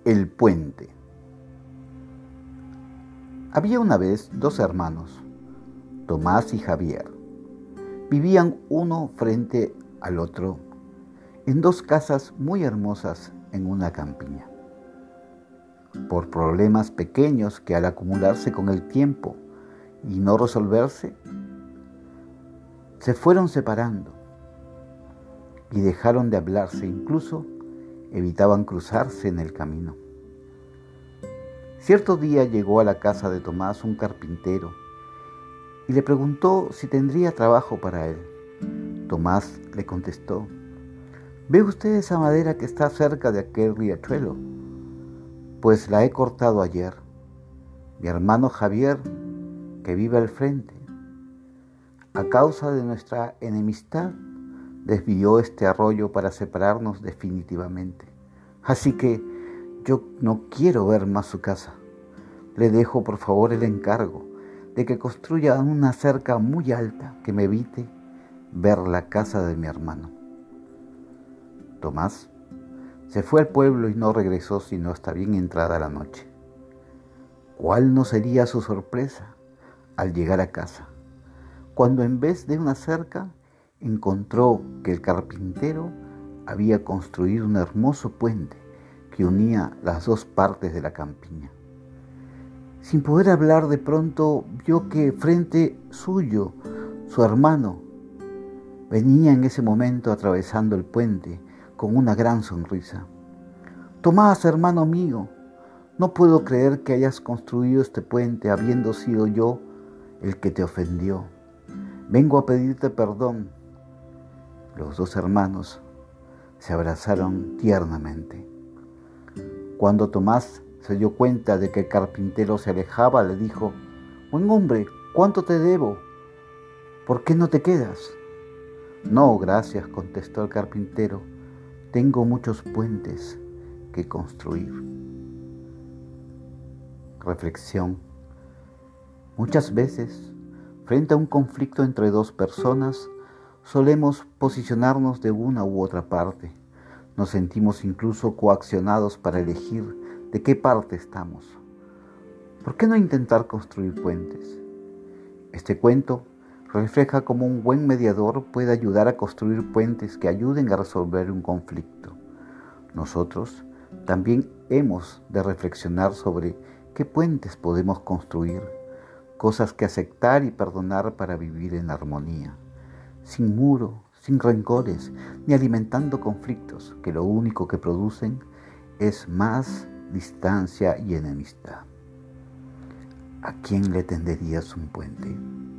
El puente. Había una vez dos hermanos, Tomás y Javier. Vivían uno frente al otro en dos casas muy hermosas en una campiña. Por problemas pequeños que al acumularse con el tiempo y no resolverse, se fueron separando y dejaron de hablarse, incluso evitaban cruzarse en el camino. Cierto día llegó a la casa de Tomás un carpintero y le preguntó si tendría trabajo para él. Tomás le contestó: ¿Ve usted esa madera que está cerca de aquel riachuelo? Pues la he cortado ayer. Mi hermano Javier, que vive al frente, a causa de nuestra enemistad, desvió este arroyo para separarnos definitivamente. Así que yo no quiero ver más su casa. Le dejo por favor el encargo de que construya una cerca muy alta que me evite ver la casa de mi hermano. Tomás se fue al pueblo y no regresó sino hasta bien entrada la noche. ¿Cuál no sería su sorpresa al llegar a casa, cuando en vez de una cerca encontró que el carpintero había construido un hermoso puente que unía las dos partes de la campiña? Sin poder hablar, de pronto vio que frente suyo, su hermano venía en ese momento atravesando el puente con una gran sonrisa. Tomás, hermano mío, no puedo creer que hayas construido este puente habiendo sido yo el que te ofendió. Vengo a pedirte perdón. Los dos hermanos se abrazaron tiernamente. Cuando Tomás se dio cuenta de que el carpintero se alejaba, le dijo: «Buen hombre, ¿cuánto te debo? ¿Por qué no te quedas?» «No, gracias», contestó el carpintero. «Tengo muchos puentes que construir». Reflexión. Muchas veces, frente a un conflicto entre dos personas, solemos posicionarnos de una u otra parte. Nos sentimos incluso coaccionados para elegir de qué parte estamos. ¿Por qué no intentar construir puentes? Este cuento refleja cómo un buen mediador puede ayudar a construir puentes que ayuden a resolver un conflicto. Nosotros también hemos de reflexionar sobre qué puentes podemos construir, cosas que aceptar y perdonar para vivir en armonía, sin muro, sin rencores, ni alimentando conflictos que lo único que producen es más distancia y enemistad. ¿A quién le tenderías un puente?